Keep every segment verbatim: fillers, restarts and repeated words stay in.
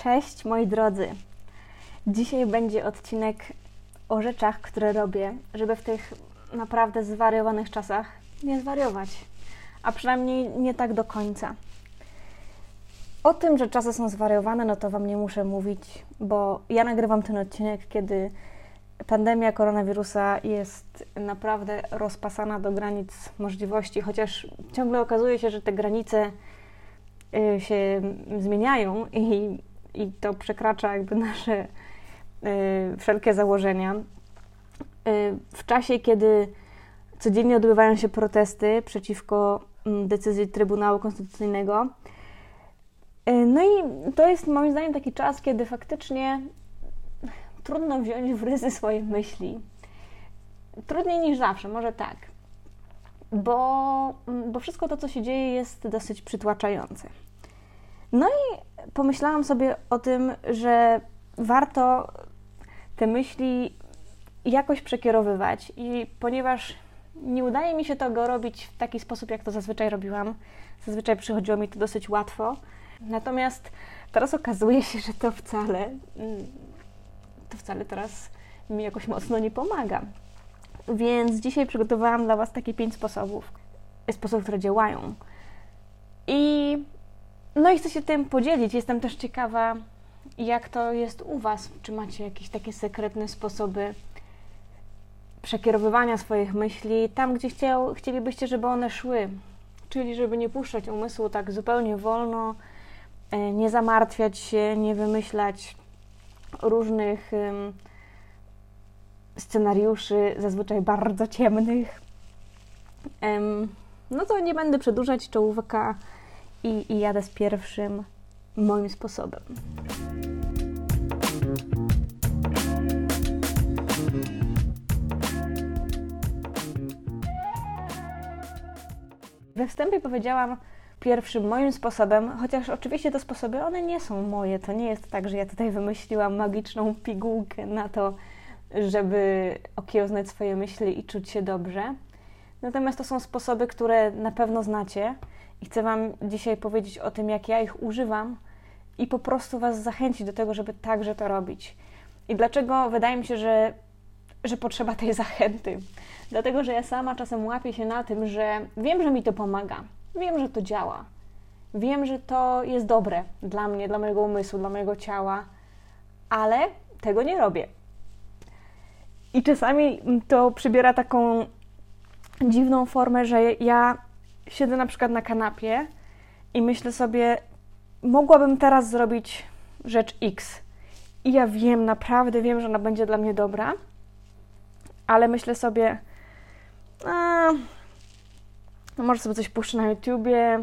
Cześć moi drodzy! Dzisiaj będzie odcinek o rzeczach, które robię, żeby w tych naprawdę zwariowanych czasach nie zwariować, a przynajmniej nie tak do końca. O tym, że czasy są zwariowane, no to Wam nie muszę mówić, bo ja nagrywam ten odcinek, kiedy pandemia koronawirusa jest naprawdę rozpasana do granic możliwości, chociaż ciągle okazuje się, że te granice się zmieniają i, i to przekracza jakby nasze y, wszelkie założenia. Y, w czasie, kiedy codziennie odbywają się protesty przeciwko y, decyzji Trybunału Konstytucyjnego. Y, no i to jest moim zdaniem taki czas, kiedy faktycznie trudno wziąć w ryzy swoje myśli. Trudniej niż zawsze, może tak. Bo, bo wszystko to, co się dzieje, jest dosyć przytłaczające. No i pomyślałam sobie o tym, że warto te myśli jakoś przekierowywać i ponieważ nie udaje mi się tego robić w taki sposób, jak to zazwyczaj robiłam, zazwyczaj przychodziło mi to dosyć łatwo, natomiast teraz okazuje się, że to wcale, to wcale teraz mi jakoś mocno nie pomaga. Więc dzisiaj przygotowałam dla Was takie pięć sposobów, sposobów, które działają. I no i chcę się tym podzielić. Jestem też ciekawa, jak to jest u Was. Czy macie jakieś takie sekretne sposoby przekierowywania swoich myśli tam, gdzie chciał, chcielibyście, żeby one szły. Czyli żeby nie puszczać umysłu tak zupełnie wolno, nie zamartwiać się, nie wymyślać różnych um, scenariuszy, zazwyczaj bardzo ciemnych. Um, no to nie będę przedłużać czołówka i, i jadę z pierwszym moim sposobem. We wstępie powiedziałam pierwszym moim sposobem, chociaż oczywiście te sposoby, one nie są moje. To nie jest tak, że ja tutaj wymyśliłam magiczną pigułkę na to, żeby okiełznać swoje myśli i czuć się dobrze. Natomiast to są sposoby, które na pewno znacie i chcę Wam dzisiaj powiedzieć o tym, jak ja ich używam i po prostu Was zachęcić do tego, żeby także to robić. I dlaczego wydaje mi się, że, że potrzeba tej zachęty? Dlatego, że ja sama czasem łapię się na tym, że wiem, że mi to pomaga, wiem, że to działa, wiem, że to jest dobre dla mnie, dla mojego umysłu, dla mojego ciała, ale tego nie robię. I czasami to przybiera taką dziwną formę, że ja siedzę na przykład na kanapie i myślę sobie, mogłabym teraz zrobić rzecz X. I ja wiem, naprawdę wiem, że ona będzie dla mnie dobra, ale myślę sobie, a, może sobie coś puszczę na YouTubie,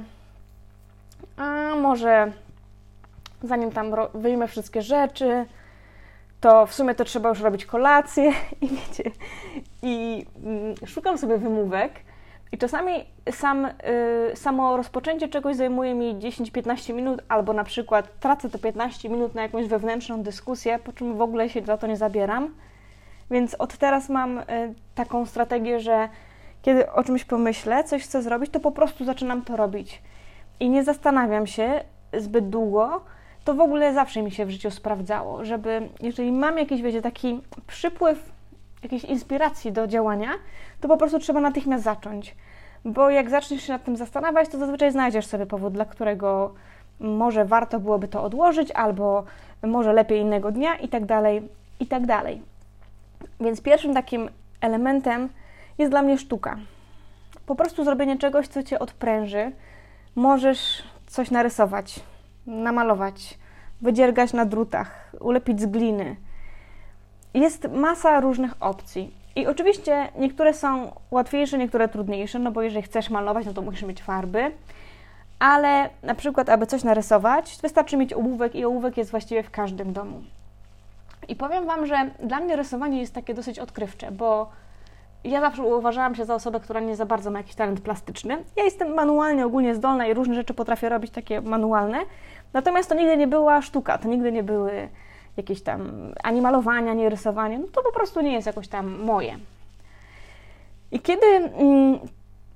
a może zanim tam wyjmę wszystkie rzeczy, to w sumie to trzeba już robić kolację i wiecie, i mm, szukam sobie wymówek i czasami sam, y, samo rozpoczęcie czegoś zajmuje mi dziesięć do piętnastu minut, albo na przykład tracę te piętnaście minut na jakąś wewnętrzną dyskusję, po czym w ogóle się za to nie zabieram. Więc od teraz mam y, taką strategię, że kiedy o czymś pomyślę, coś chcę zrobić, to po prostu zaczynam to robić. I nie zastanawiam się zbyt długo. To w ogóle zawsze mi się w życiu sprawdzało, żeby jeżeli mam jakiś, wiecie, taki przypływ jakiejś inspiracji do działania, to po prostu trzeba natychmiast zacząć. Bo jak zaczniesz się nad tym zastanawiać, to zazwyczaj znajdziesz sobie powód, dla którego może warto byłoby to odłożyć, albo może lepiej innego dnia i tak dalej, i tak dalej. Więc pierwszym takim elementem jest dla mnie sztuka. Po prostu zrobienie czegoś, co Cię odpręży. Możesz coś narysować, namalować, wydziergać na drutach, ulepić z gliny. Jest masa różnych opcji. I oczywiście niektóre są łatwiejsze, niektóre trudniejsze, no bo jeżeli chcesz malować, no to musisz mieć farby, ale na przykład, aby coś narysować, wystarczy mieć ołówek i ołówek jest właściwie w każdym domu. I powiem Wam, że dla mnie rysowanie jest takie dosyć odkrywcze, bo ja zawsze uważałam się za osobę, która nie za bardzo ma jakiś talent plastyczny. Ja jestem manualnie ogólnie zdolna i różne rzeczy potrafię robić takie manualne, natomiast to nigdy nie była sztuka, to nigdy nie były jakieś tam ani malowania, ani rysowanie, no to po prostu nie jest jakoś tam moje. I kiedy mm,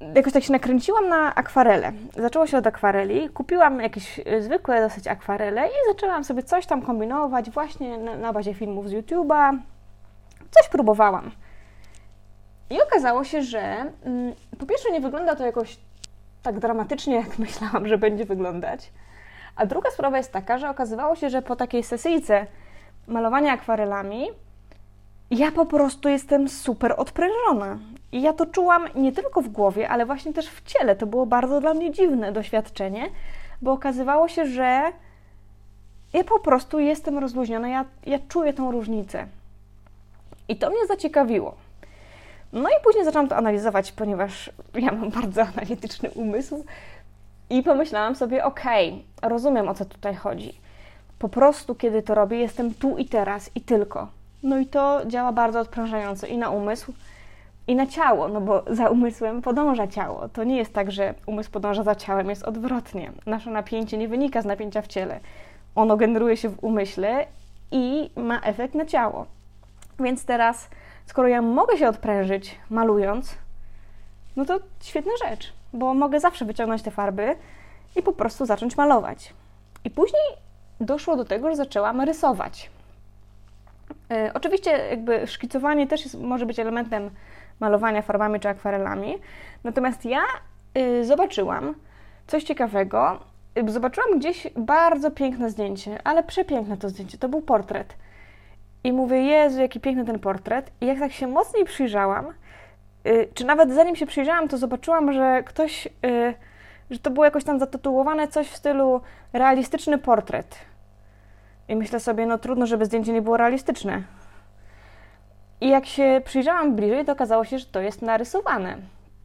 jakoś tak się nakręciłam na akwarele. Zaczęło się od akwareli. Kupiłam jakieś zwykłe dosyć akwarele i zaczęłam sobie coś tam kombinować właśnie na, na bazie filmów z YouTube'a. Coś próbowałam. I okazało się, że mm, po pierwsze nie wygląda to jakoś tak dramatycznie, jak myślałam, że będzie wyglądać. A druga sprawa jest taka, że okazywało się, że po takiej sesyjce malowania akwarelami ja po prostu jestem super odprężona. I ja to czułam nie tylko w głowie, ale właśnie też w ciele. To było bardzo dla mnie dziwne doświadczenie, bo okazywało się, że ja po prostu jestem rozluźniona, ja, ja czuję tą różnicę. I to mnie zaciekawiło. No i później zaczęłam to analizować, ponieważ ja mam bardzo analityczny umysł i pomyślałam sobie, okej, okay, rozumiem, o co tutaj chodzi. Po prostu, kiedy to robię, jestem tu i teraz i tylko. No i to działa bardzo odprężająco i na umysł, i na ciało, no bo za umysłem podąża ciało. To nie jest tak, że umysł podąża za ciałem, jest odwrotnie. Nasze napięcie nie wynika z napięcia w ciele. Ono generuje się w umyśle i ma efekt na ciało. Więc teraz, skoro ja mogę się odprężyć malując, no to świetna rzecz, bo mogę zawsze wyciągnąć te farby i po prostu zacząć malować. I później doszło do tego, że zaczęłam rysować. Yy, oczywiście jakby szkicowanie też jest, może być elementem malowania farbami czy akwarelami, natomiast ja yy, zobaczyłam coś ciekawego. Yy, zobaczyłam gdzieś bardzo piękne zdjęcie, ale przepiękne to zdjęcie, to był portret. I mówię, Jezu, jaki piękny ten portret. I jak tak się mocniej przyjrzałam, yy, czy nawet zanim się przyjrzałam, to zobaczyłam, że ktoś, yy, że to było jakoś tam zatytułowane coś w stylu realistyczny portret. I myślę sobie, no trudno, żeby zdjęcie nie było realistyczne. I jak się przyjrzałam bliżej, to okazało się, że to jest narysowane.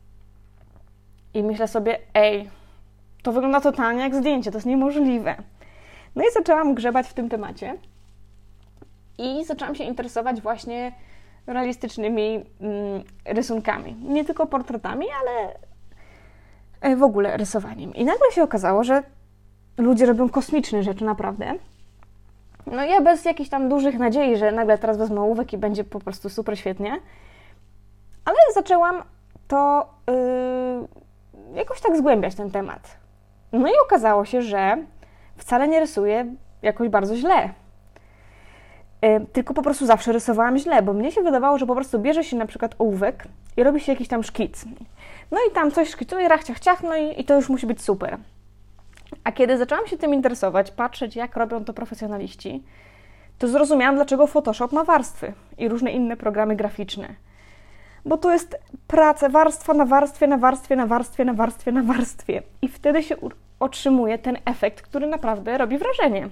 I myślę sobie, ej, to wygląda totalnie jak zdjęcie, to jest niemożliwe. No i zaczęłam grzebać w tym temacie. I zaczęłam się interesować właśnie realistycznymi mm, rysunkami. Nie tylko portretami, ale w ogóle rysowaniem. I nagle się okazało, że ludzie robią kosmiczne rzeczy, naprawdę. No ja bez jakichś tam dużych nadziei, że nagle teraz wezmę ołówek i będzie po prostu super świetnie. Ale zaczęłam to yy, jakoś tak zgłębiać ten temat. No i okazało się, że wcale nie rysuję jakoś bardzo źle. Yy, tylko po prostu zawsze rysowałam źle, bo mnie się wydawało, że po prostu bierze się na przykład ołówek i robi się jakiś tam szkic. No i tam coś szkicuje, rach, ciach, ciach, no i, i to już musi być super. A kiedy zaczęłam się tym interesować, patrzeć, jak robią to profesjonaliści, to zrozumiałam, dlaczego Photoshop ma warstwy i różne inne programy graficzne. Bo to jest praca, warstwa na warstwie, na warstwie, na warstwie, na warstwie, na warstwie. I wtedy się otrzymuje ten efekt, który naprawdę robi wrażenie.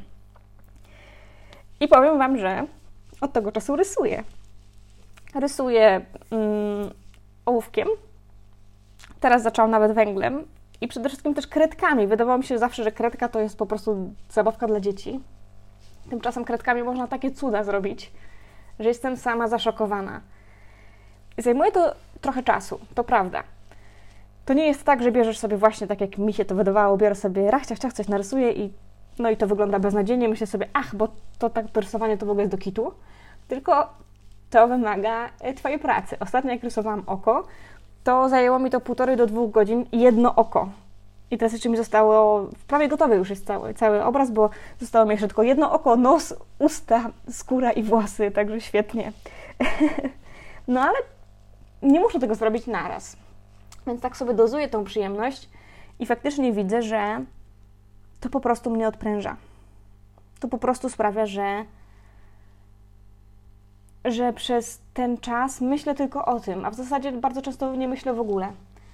I powiem Wam, że od tego czasu rysuję. Rysuję mm, ołówkiem. Teraz zaczęłam nawet węglem. I przede wszystkim też kredkami. Wydawało mi się zawsze, że kredka to jest po prostu zabawka dla dzieci. Tymczasem kredkami można takie cuda zrobić, że jestem sama zaszokowana. Zajmuje to trochę czasu, to prawda. To nie jest tak, że bierzesz sobie właśnie tak, jak mi się to wydawało, biorę sobie rach, ciach, ciach, coś narysuję i no i to wygląda beznadziejnie. Myślę sobie, ach, bo to tak to rysowanie to w ogóle jest do kitu. Tylko to wymaga Twojej pracy. Ostatnio jak rysowałam oko, to zajęło mi to półtorej do dwóch godzin jedno oko. I teraz jeszcze mi zostało, prawie gotowy już jest cały, cały obraz, bo zostało mi jeszcze tylko jedno oko, nos, usta, skóra i włosy, także świetnie. No ale nie muszę tego zrobić naraz. Więc tak sobie dozuję tą przyjemność i faktycznie widzę, że to po prostu mnie odpręża. To po prostu sprawia, że że przez ten czas myślę tylko o tym, a w zasadzie bardzo często nie myślę w ogóle.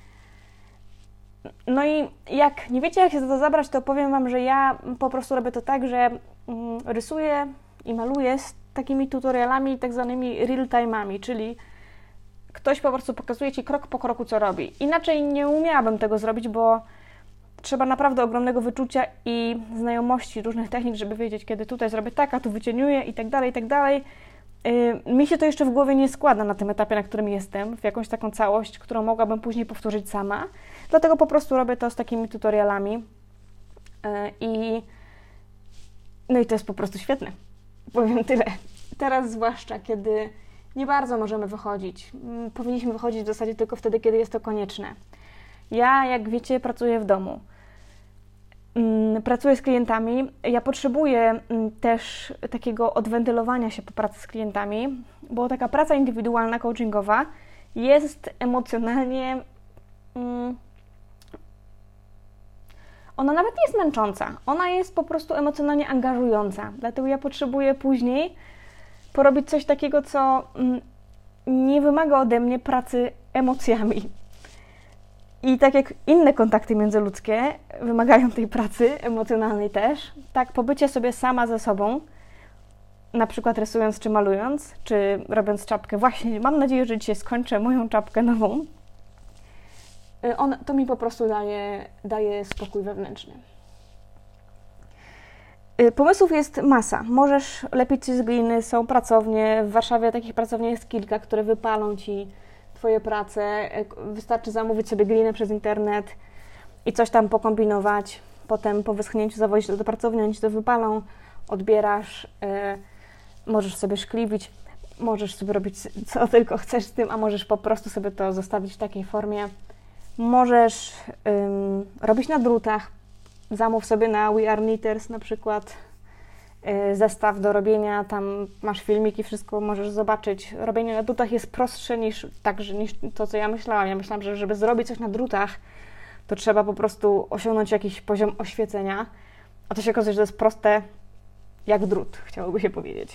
No i jak nie wiecie, jak się za to zabrać, to powiem Wam, że ja po prostu robię to tak, że mm, rysuję i maluję z takimi tutorialami, tak zwanymi real time'ami, czyli ktoś po prostu pokazuje Ci krok po kroku, co robi. Inaczej nie umiałabym tego zrobić, bo trzeba naprawdę ogromnego wyczucia i znajomości różnych technik, żeby wiedzieć, kiedy tutaj zrobię tak, a tu wycieniuję i tak dalej, i tak dalej. Yy, mi się to jeszcze w głowie nie składa na tym etapie, na którym jestem, w jakąś taką całość, którą mogłabym później powtórzyć sama. Dlatego po prostu robię to z takimi tutorialami yy, i no i to jest po prostu świetne. Powiem tyle. Teraz zwłaszcza, kiedy nie bardzo możemy wychodzić. Powinniśmy wychodzić w zasadzie tylko wtedy, kiedy jest to konieczne. Ja, jak wiecie, pracuję w domu. Pracuję z klientami. Ja potrzebuję też takiego odwentylowania się po pracy z klientami, bo taka praca indywidualna, coachingowa jest emocjonalnie... Ona nawet nie jest męcząca. Ona jest po prostu emocjonalnie angażująca. Dlatego ja potrzebuję później porobić coś takiego, co nie wymaga ode mnie pracy emocjami. I tak jak inne kontakty międzyludzkie wymagają tej pracy emocjonalnej też, tak pobycie sobie sama ze sobą, na przykład rysując czy malując, czy robiąc czapkę, właśnie mam nadzieję, że dzisiaj skończę moją czapkę nową, on, to mi po prostu daje, daje spokój wewnętrzny. Pomysłów jest masa. Możesz lepić coś z gliny, są pracownie, w Warszawie takich pracowni jest kilka, które wypalą Ci Twoje prace. Wystarczy zamówić sobie glinę przez internet i coś tam pokombinować. Potem po wyschnięciu zawozić to do pracowni, oni Ci to wypalą, odbierasz, yy, możesz sobie szkliwić, możesz sobie robić co tylko chcesz z tym, a możesz po prostu sobie to zostawić w takiej formie. Możesz ym, robić na drutach. Zamów sobie na We Are Knitters na przykład yy, zestaw do robienia, tam masz filmiki, wszystko możesz zobaczyć. Robienie na drutach jest prostsze niż, także, niż to, co ja myślałam. Ja myślałam, że żeby zrobić coś na drutach, to trzeba po prostu osiągnąć jakiś poziom oświecenia, a to się okazuje, że to jest proste jak drut, chciałoby się powiedzieć.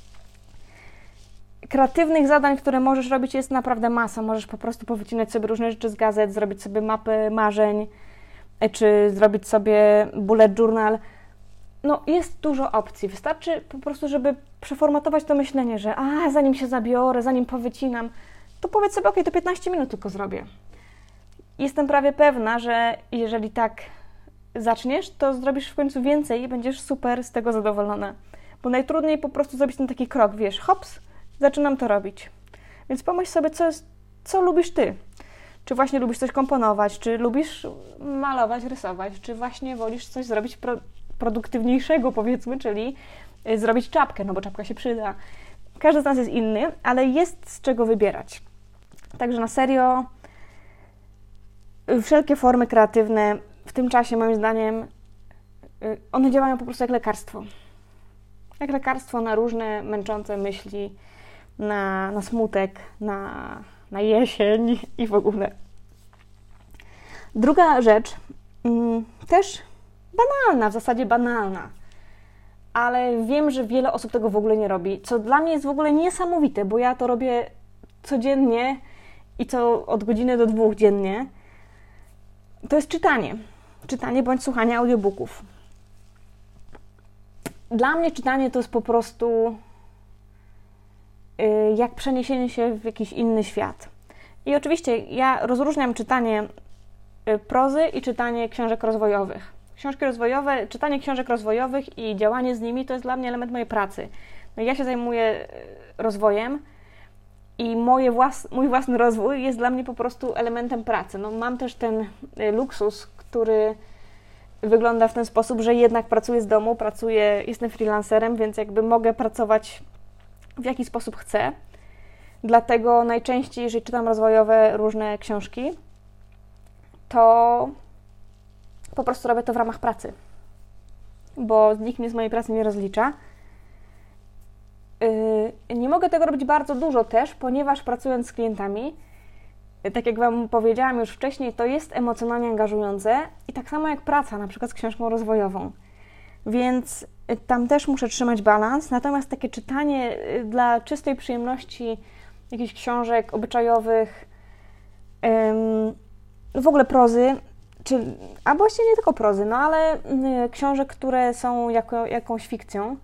Kreatywnych zadań, które możesz robić, jest naprawdę masa. Możesz po prostu powycinać sobie różne rzeczy z gazet, zrobić sobie mapy marzeń, czy zrobić sobie bullet journal. No, jest dużo opcji. Wystarczy po prostu, żeby przeformatować to myślenie, że a, zanim się zabiorę, zanim powycinam, to powiedz sobie, ok, to piętnaście minut tylko zrobię. Jestem prawie pewna, że jeżeli tak zaczniesz, to zrobisz w końcu więcej i będziesz super z tego zadowolona. Bo najtrudniej po prostu zrobić ten taki krok, wiesz, hops, zaczynam to robić. Więc pomyśl sobie, co, jest, co lubisz Ty. Czy właśnie lubisz coś komponować, czy lubisz malować, rysować, czy właśnie wolisz coś zrobić pro, produktywniejszego, powiedzmy, czyli zrobić czapkę, no bo czapka się przyda. Każdy z nas jest inny, ale jest z czego wybierać. Także na serio, wszelkie formy kreatywne w tym czasie, moim zdaniem, one działają po prostu jak lekarstwo. Jak lekarstwo na różne męczące myśli, na, na smutek, na, na jesień i w ogóle. Druga rzecz, mm, też banalna, w zasadzie banalna, ale wiem, że wiele osób tego w ogóle nie robi, co dla mnie jest w ogóle niesamowite, bo ja to robię codziennie i co od godziny do dwóch dziennie. To jest czytanie. Czytanie bądź słuchanie audiobooków. Dla mnie czytanie to jest po prostu yy, jak przeniesienie się w jakiś inny świat. I oczywiście ja rozróżniam czytanie yy, prozy i czytanie książek rozwojowych. Książki rozwojowe, czytanie książek rozwojowych i działanie z nimi to jest dla mnie element mojej pracy. No, ja się zajmuję rozwojem i moje włas, mój własny rozwój jest dla mnie po prostu elementem pracy. No, mam też ten yy, luksus, który wygląda w ten sposób, że jednak pracuję z domu, pracuję, jestem freelancerem, więc jakby mogę pracować w jaki sposób chcę. Dlatego najczęściej, jeżeli czytam rozwojowe różne książki, to po prostu robię to w ramach pracy, bo nikt mnie z mojej pracy nie rozlicza. Yy, nie mogę tego robić bardzo dużo też, ponieważ pracując z klientami, tak jak Wam powiedziałam już wcześniej, to jest emocjonalnie angażujące i tak samo jak praca, na przykład z książką rozwojową. Więc tam też muszę trzymać balans, natomiast takie czytanie dla czystej przyjemności jakichś książek obyczajowych, w ogóle prozy, czy, a właściwie nie tylko prozy, no ale książek, które są jako, jakąś fikcją,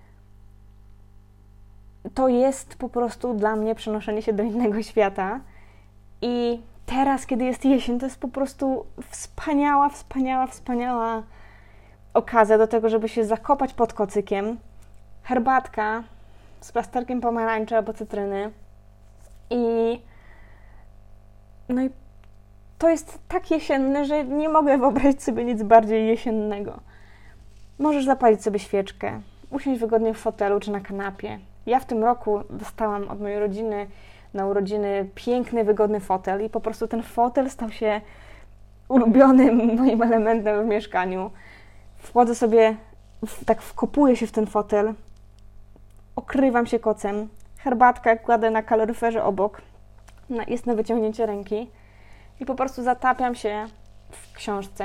to jest po prostu dla mnie przenoszenie się do innego świata. I teraz, kiedy jest jesień, to jest po prostu wspaniała, wspaniała, wspaniała okazja do tego, żeby się zakopać pod kocykiem. Herbatka z plasterkiem pomarańczy albo cytryny. I no i to jest tak jesienne, że nie mogę wyobrazić sobie nic bardziej jesiennego. Możesz zapalić sobie świeczkę, usiąść wygodnie w fotelu czy na kanapie. Ja w tym roku dostałam od mojej rodziny na urodziny piękny, wygodny fotel i po prostu ten fotel stał się ulubionym moim elementem w mieszkaniu. Wchodzę sobie, w, tak wkopuję się w ten fotel, okrywam się kocem, herbatkę kładę na kaloryferze obok, na, jest na wyciągnięcie ręki i po prostu zatapiam się w książce.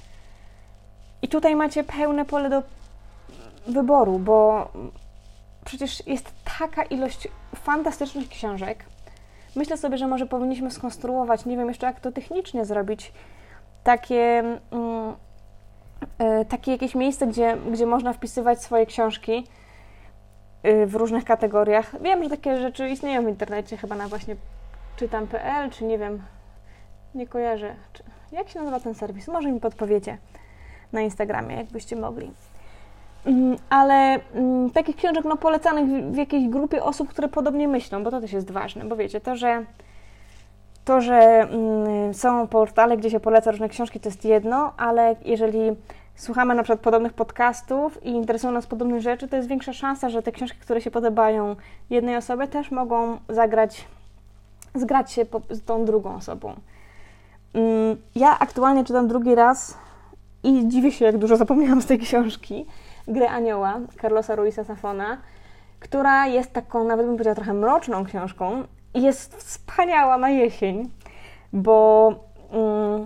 I tutaj macie pełne pole do wyboru, bo przecież jest taka ilość fantastycznych książek. Myślę sobie, że może powinniśmy skonstruować, nie wiem jeszcze jak to technicznie zrobić, takie, mm, y, takie jakieś miejsce, gdzie, gdzie można wpisywać swoje książki y, w różnych kategoriach. Wiem, że takie rzeczy istnieją w internecie, chyba na właśnie czytam kropka pe el, czy nie wiem, nie kojarzę. Czy, jak się nazywa ten serwis? Może mi podpowiecie na Instagramie, jakbyście mogli. Ale m, takich książek no, polecanych w, w jakiejś grupie osób, które podobnie myślą, bo to też jest ważne, bo wiecie, to, że, to, że m, są portale, gdzie się poleca różne książki, to jest jedno, ale jeżeli słuchamy na przykład podobnych podcastów i interesują nas podobne rzeczy, to jest większa szansa, że te książki, które się podobają jednej osobie, też mogą zagrać, zgrać się po, z tą drugą osobą. M, ja aktualnie czytam drugi raz i dziwię się, jak dużo zapomniałam z tej książki, Grę Anioła Carlosa Ruiza Zafona, która jest taką, nawet bym powiedziała, trochę mroczną książką i jest wspaniała na jesień, bo, mm,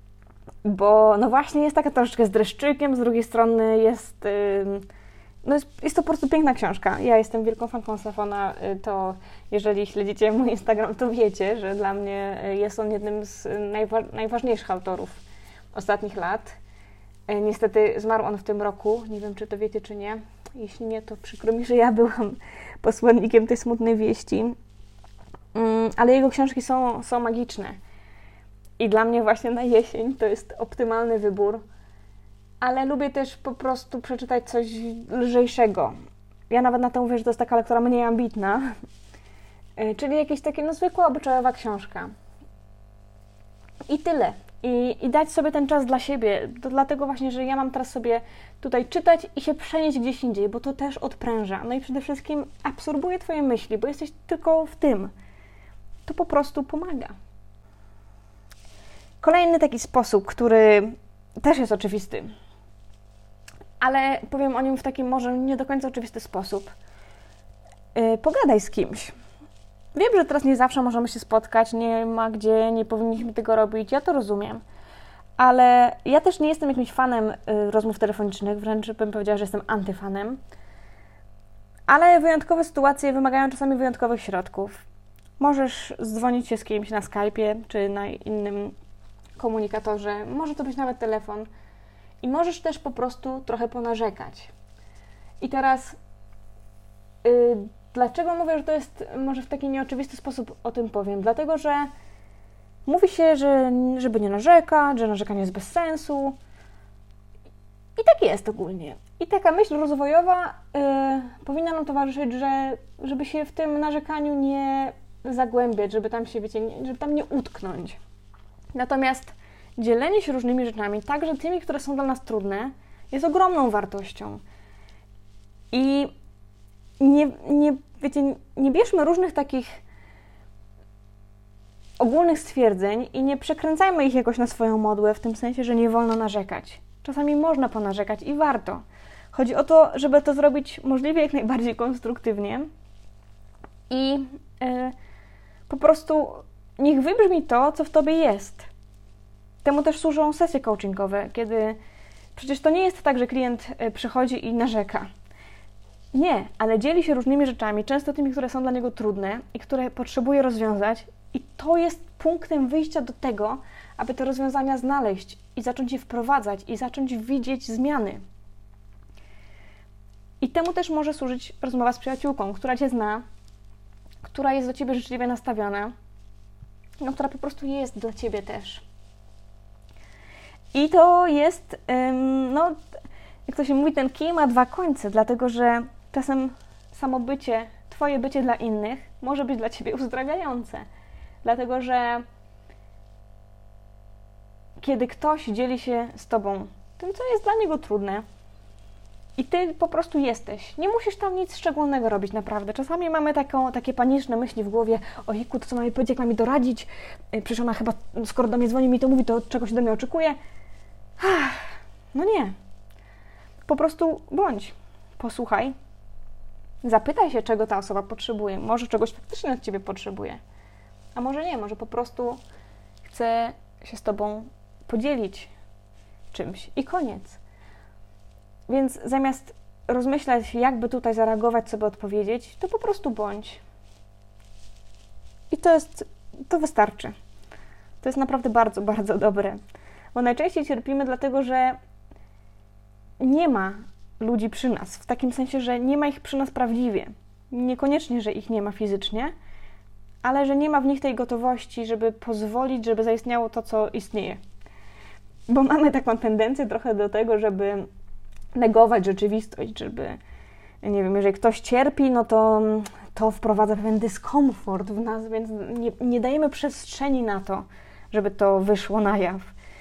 bo no właśnie jest taka troszeczkę z dreszczykiem, z drugiej strony jest, yy, no jest, jest to po prostu piękna książka. Ja jestem wielką fanką Zafona, yy, to jeżeli śledzicie mój Instagram, to wiecie, że dla mnie jest on jednym z najwa- najważniejszych autorów ostatnich lat. Niestety zmarł on w tym roku, nie wiem, czy to wiecie, czy nie. Jeśli nie, to przykro mi, że ja byłam posłannikiem tej smutnej wieści. Ale jego książki są, są magiczne. I dla mnie właśnie na jesień to jest optymalny wybór. Ale lubię też po prostu przeczytać coś lżejszego. Ja nawet na to mówię, że to jest taka lektura mniej ambitna. Czyli jakieś takie, no zwykła, obyczajowa książka. I tyle. I, I dać sobie ten czas dla siebie. To dlatego właśnie, że ja mam teraz sobie tutaj czytać i się przenieść gdzieś indziej, bo to też odpręża. No i przede wszystkim absorbuje Twoje myśli, bo jesteś tylko w tym. To po prostu pomaga. Kolejny taki sposób, który też jest oczywisty, ale powiem o nim w taki może nie do końca oczywisty sposób. Yy, pogadaj z kimś. Wiem, że teraz nie zawsze możemy się spotkać, nie ma gdzie, nie powinniśmy tego robić, ja to rozumiem. Ale ja też nie jestem jakimś fanem y, rozmów telefonicznych, wręcz bym powiedziała, że jestem antyfanem. Ale wyjątkowe sytuacje wymagają czasami wyjątkowych środków. Możesz zdzwonić się z kimś na Skype'ie czy na innym komunikatorze, może to być nawet telefon i możesz też po prostu trochę ponarzekać. I teraz y, dlaczego mówię, że to jest może w taki nieoczywisty sposób o tym powiem? Dlatego, że mówi się, że żeby nie narzekać, że narzekanie jest bez sensu. I tak jest ogólnie. I taka myśl rozwojowa y, powinna nam towarzyszyć, że żeby się w tym narzekaniu nie zagłębiać, żeby tam się, wiecie, nie, żeby tam nie utknąć. Natomiast dzielenie się różnymi rzeczami, także tymi, które są dla nas trudne, jest ogromną wartością. I nie, nie, wiecie, nie bierzmy różnych takich ogólnych stwierdzeń i nie przekręcajmy ich jakoś na swoją modłę, w tym sensie, że nie wolno narzekać. Czasami można ponarzekać i warto. Chodzi o to, żeby to zrobić możliwie jak najbardziej konstruktywnie i yy, po prostu niech wybrzmi to, co w Tobie jest. Temu też służą sesje coachingowe, kiedy przecież to nie jest tak, że klient przychodzi i narzeka. Nie, ale dzieli się różnymi rzeczami, często tymi, które są dla niego trudne i które potrzebuje rozwiązać i to jest punktem wyjścia do tego, aby te rozwiązania znaleźć i zacząć je wprowadzać i zacząć widzieć zmiany. I temu też może służyć rozmowa z przyjaciółką, która Cię zna, która jest do Ciebie życzliwie nastawiona, no, która po prostu jest dla Ciebie też. I to jest, ym, no, jak to się mówi, ten kij ma dwa końce, dlatego że czasem samo bycie, Twoje bycie dla innych może być dla Ciebie uzdrawiające. Dlatego, że kiedy ktoś dzieli się z Tobą tym, co jest dla niego trudne, I ty po prostu jesteś. Nie musisz tam nic szczególnego robić, naprawdę. Czasami mamy taką, takie paniczne myśli w głowie, ojejku, to co mamy powiedzieć, jak mam mi doradzić? Przecież ona chyba, skoro do mnie dzwoni, mi to mówi, to czego się do mnie oczekuje? No nie. Po prostu bądź. Posłuchaj. Zapytaj się, czego ta osoba potrzebuje. Może czegoś faktycznie od ciebie potrzebuje. A może nie, może po prostu chce się z tobą podzielić czymś. I koniec. Więc zamiast rozmyślać, jakby tutaj zareagować, sobie odpowiedzieć, to po prostu bądź. I to jest, to wystarczy. To jest naprawdę bardzo, bardzo dobre. Bo najczęściej cierpimy dlatego, że nie ma ludzi przy nas. W takim sensie, że nie ma ich przy nas prawdziwie. Niekoniecznie, że ich nie ma fizycznie, ale że nie ma w nich tej gotowości, żeby pozwolić, żeby zaistniało to, co istnieje. Bo mamy taką tendencję trochę do tego, żeby negować rzeczywistość, żeby, nie wiem, jeżeli ktoś cierpi, no to to wprowadza pewien dyskomfort w nas, więc nie, nie dajemy przestrzeni na to, żeby to wyszło na jaw.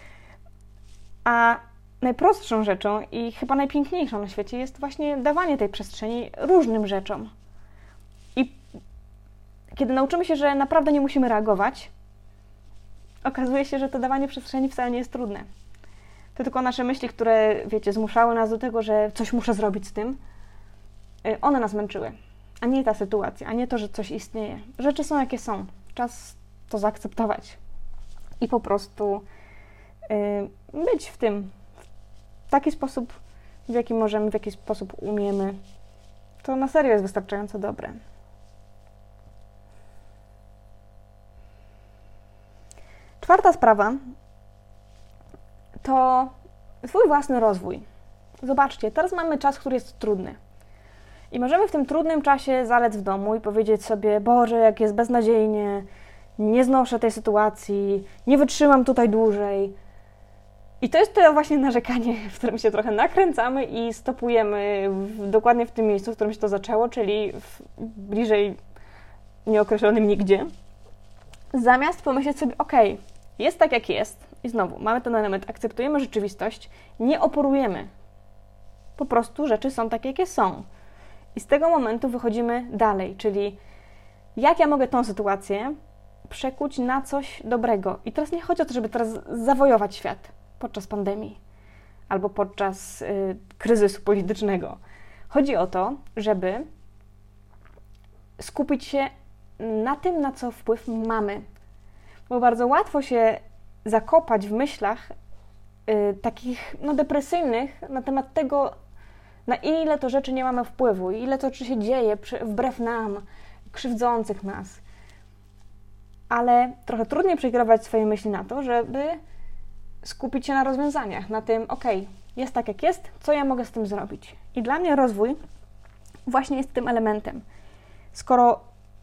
A najprostszą rzeczą i chyba najpiękniejszą na świecie jest właśnie dawanie tej przestrzeni różnym rzeczom. I kiedy nauczymy się, że naprawdę nie musimy reagować, okazuje się, że to dawanie przestrzeni wcale nie jest trudne. To tylko nasze myśli, które, wiecie, zmuszały nas do tego, że coś muszę zrobić z tym, one nas męczyły, a nie ta sytuacja, a nie to, że coś istnieje. Rzeczy są, jakie są. Czas to zaakceptować i po prostu yy, być w tym w taki sposób, w jaki możemy, w jaki sposób umiemy. To na serio jest wystarczająco dobre. Czwarta sprawa to swój własny rozwój. Zobaczcie, teraz mamy czas, który jest trudny. I możemy w tym trudnym czasie zalec w domu i powiedzieć sobie, Boże, jak jest beznadziejnie, nie znoszę tej sytuacji, nie wytrzymam tutaj dłużej. I to jest to właśnie narzekanie, w którym się trochę nakręcamy i stopujemy w, dokładnie w tym miejscu, w którym się to zaczęło, czyli w, bliżej nieokreślonym nigdzie. Zamiast pomyśleć sobie, okej, okay, jest tak jak jest i znowu mamy ten element, akceptujemy rzeczywistość, nie oporujemy. Po prostu rzeczy są takie, jakie są. I z tego momentu wychodzimy dalej, czyli jak ja mogę tą sytuację przekuć na coś dobrego. I teraz nie chodzi o to, żeby teraz zawojować świat podczas pandemii albo podczas y, kryzysu politycznego. Chodzi o to, żeby skupić się na tym, na co wpływ mamy. Bo bardzo łatwo się zakopać w myślach y, takich no, depresyjnych na temat tego, na ile to rzeczy nie mamy wpływu, ile to rzeczy się dzieje przy, wbrew nam, krzywdzących nas. Ale trochę trudniej przekierować swoje myśli na to, żeby skupić się na rozwiązaniach, na tym, okej, okay, jest tak jak jest, co ja mogę z tym zrobić. I dla mnie rozwój właśnie jest tym elementem. Skoro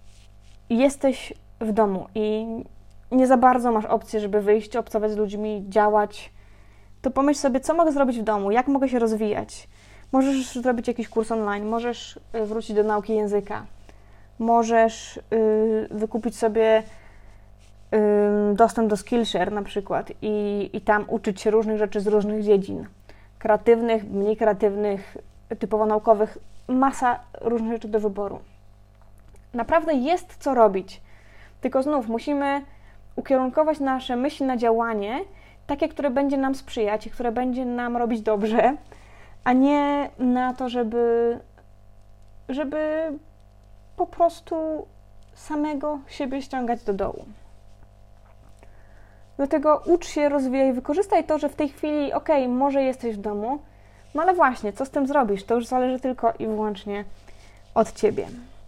jesteś w domu i nie za bardzo masz opcję, żeby wyjść, obcować z ludźmi, działać, to pomyśl sobie, co mogę zrobić w domu, jak mogę się rozwijać. Możesz zrobić jakiś kurs online, możesz wrócić do nauki języka, możesz yy, wykupić sobie yy, dostęp do Skillshare na przykład i, i tam uczyć się różnych rzeczy z różnych dziedzin. Kreatywnych, mniej kreatywnych, typowo naukowych, masa różnych rzeczy do wyboru. Naprawdę jest co robić, tylko znów musimy ukierunkować nasze myśli na działanie, takie, które będzie nam sprzyjać i które będzie nam robić dobrze, a nie na to, żeby, żeby po prostu samego siebie ściągać do dołu. Dlatego ucz się, rozwijaj, wykorzystaj to, że w tej chwili, okej, okay, może jesteś w domu, no ale właśnie, co z tym zrobisz? To już zależy tylko i wyłącznie od ciebie.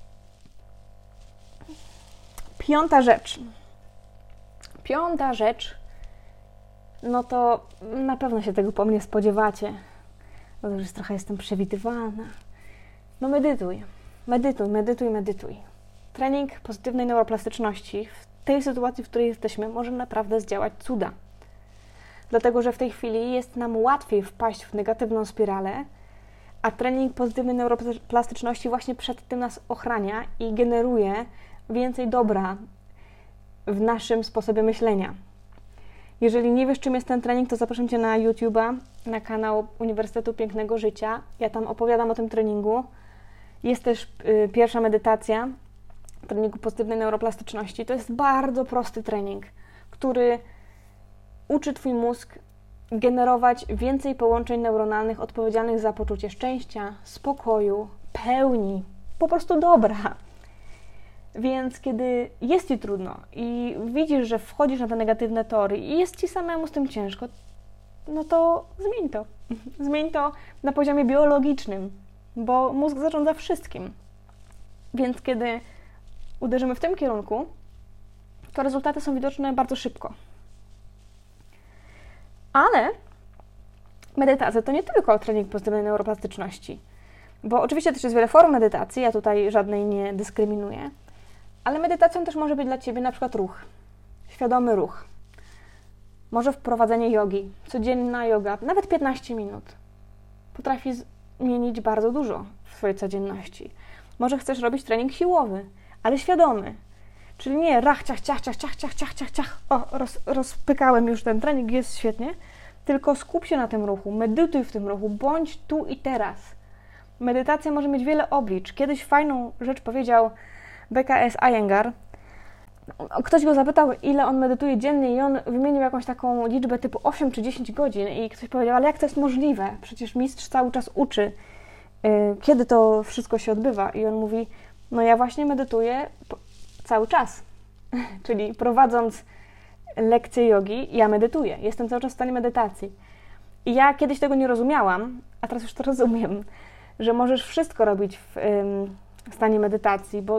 Piąta rzecz. Piąta rzecz, no to na pewno się tego po mnie spodziewacie. No to już trochę jestem przewidywana. No medytuj. Medytuj, medytuj, medytuj. Trening pozytywnej neuroplastyczności w tej sytuacji, w której jesteśmy, może naprawdę zdziałać cuda. Dlatego, że w tej chwili jest nam łatwiej wpaść w negatywną spiralę, a trening pozytywnej neuroplastyczności właśnie przed tym nas ochrania i generuje więcej dobra w naszym sposobie myślenia. Jeżeli nie wiesz, czym jest ten trening, to zapraszam Cię na YouTube'a, na kanał Uniwersytetu Pięknego Życia. Ja tam opowiadam o tym treningu. Jest też y, pierwsza medytacja treningu pozytywnej neuroplastyczności. To jest bardzo prosty trening, który uczy Twój mózg generować więcej połączeń neuronalnych odpowiedzialnych za poczucie szczęścia, spokoju, pełni, po prostu dobra. Więc kiedy jest Ci trudno i widzisz, że wchodzisz na te negatywne tory i jest Ci samemu z tym ciężko, no to zmień to. Zmień to na poziomie biologicznym, bo mózg zarządza wszystkim. Więc kiedy uderzymy w tym kierunku, to rezultaty są widoczne bardzo szybko. Ale medytacja to nie tylko trening pozytywnej neuroplastyczności, bo oczywiście też jest wiele form medytacji, ja tutaj żadnej nie dyskryminuję, ale medytacją też może być dla Ciebie na przykład ruch, świadomy ruch. Może wprowadzenie jogi, codzienna joga, nawet piętnaście minut. Potrafi zmienić bardzo dużo w swojej codzienności. Może chcesz robić trening siłowy, ale świadomy. Czyli nie rach, ciach, ciach, ciach, ciach, ciach, ciach, ciach, ciach. O, roz, rozpykałem już ten trening, jest świetnie. Tylko skup się na tym ruchu, medytuj w tym ruchu, bądź tu i teraz. Medytacja może mieć wiele oblicz. Kiedyś fajną rzecz powiedział B K S Iyengar. Ktoś go zapytał, ile on medytuje dziennie i on wymienił jakąś taką liczbę typu osiem czy dziesięć godzin i ktoś powiedział, ale jak to jest możliwe? Przecież mistrz cały czas uczy, yy, kiedy to wszystko się odbywa. I on mówi, no ja właśnie medytuję cały czas. Czyli prowadząc lekcje jogi, ja medytuję. Jestem cały czas w stanie medytacji. I ja kiedyś tego nie rozumiałam, a teraz już to rozumiem, że możesz wszystko robić w, ym, w stanie medytacji, bo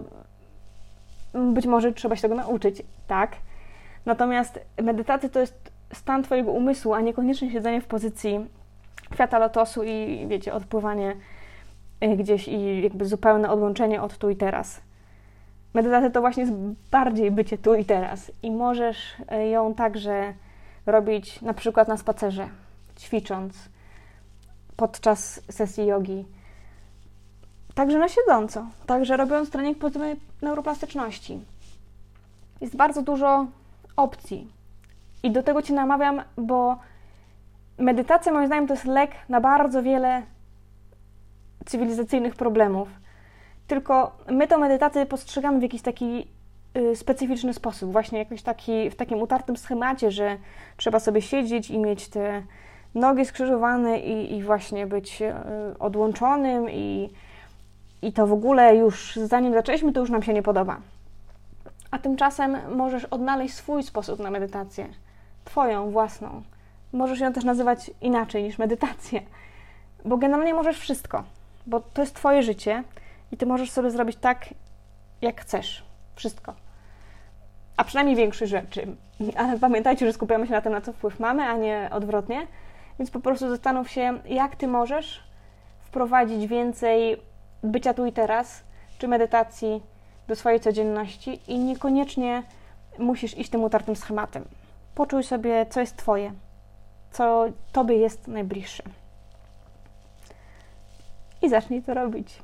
być może trzeba się tego nauczyć, tak? Natomiast medytacja to jest stan Twojego umysłu, a niekoniecznie siedzenie w pozycji kwiata lotosu i, wiecie, odpływanie gdzieś i jakby zupełne odłączenie od tu i teraz. Medytacja to właśnie jest bardziej bycie tu i teraz i możesz ją także robić na przykład na spacerze, ćwicząc, podczas sesji jogi, także na siedząco, także robiąc trening pozytywnej neuroplastyczności. Jest bardzo dużo opcji i do tego Cię namawiam, bo medytacja moim zdaniem to jest lek na bardzo wiele cywilizacyjnych problemów. Tylko my tę medytację postrzegamy w jakiś taki y, specyficzny sposób, właśnie jakoś taki, w takim utartym schemacie, że trzeba sobie siedzieć i mieć te nogi skrzyżowane i, i właśnie być y, odłączonym i, i to w ogóle już zanim zaczęliśmy, to już nam się nie podoba. A tymczasem możesz odnaleźć swój sposób na medytację, Twoją własną. Możesz ją też nazywać inaczej niż medytację, bo generalnie możesz wszystko, bo to jest Twoje życie i Ty możesz sobie zrobić tak, jak chcesz. Wszystko. A przynajmniej większość rzeczy. Ale pamiętajcie, że skupiamy się na tym, na co wpływ mamy, a nie odwrotnie. Więc po prostu zastanów się, jak Ty możesz wprowadzić więcej bycia tu i teraz, czy medytacji do swojej codzienności i niekoniecznie musisz iść tym utartym schematem. Poczuj sobie, co jest Twoje, co Tobie jest najbliższe. I zacznij to robić.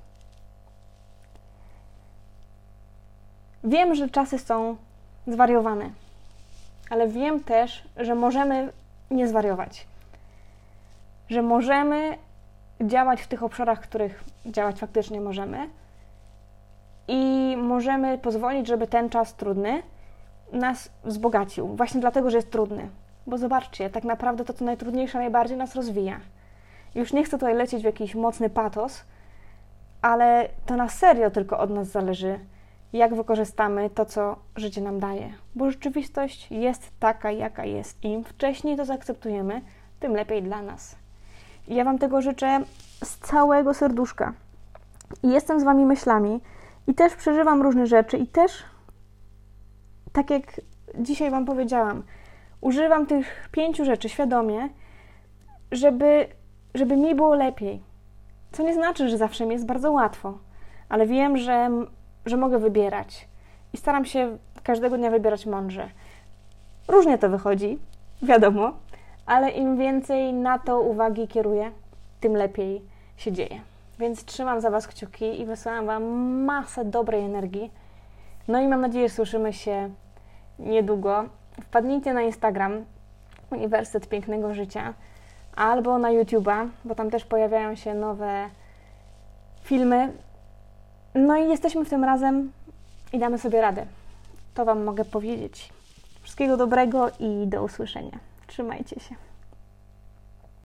Wiem, że czasy są zwariowane, ale wiem też, że możemy nie zwariować. Że możemy działać w tych obszarach, w których działać faktycznie możemy i możemy pozwolić, żeby ten czas trudny nas wzbogacił. Właśnie dlatego, że jest trudny. Bo zobaczcie, tak naprawdę to, co najtrudniejsze, najbardziej nas rozwija. Już nie chcę tutaj lecieć w jakiś mocny patos, ale to na serio tylko od nas zależy, jak wykorzystamy to, co życie nam daje. Bo rzeczywistość jest taka, jaka jest. Im wcześniej to zaakceptujemy, tym lepiej dla nas. I ja Wam tego życzę z całego serduszka. I jestem z Wami myślami i też przeżywam różne rzeczy i też, tak jak dzisiaj Wam powiedziałam, używam tych pięciu rzeczy świadomie, żeby, żeby mi było lepiej. Co nie znaczy, że zawsze mi jest bardzo łatwo, ale wiem, że, że mogę wybierać i staram się każdego dnia wybierać mądrze. Różnie to wychodzi, wiadomo, ale im więcej na to uwagi kieruję, tym lepiej się dzieje. Więc trzymam za Was kciuki i wysyłam Wam masę dobrej energii. No i mam nadzieję, że słyszymy się niedługo. Wpadnijcie na Instagram, Uniwersytet Pięknego Życia, albo na YouTube'a, bo tam też pojawiają się nowe filmy. No i jesteśmy w tym razem i damy sobie radę. To Wam mogę powiedzieć. Wszystkiego dobrego i do usłyszenia. Trzymajcie się.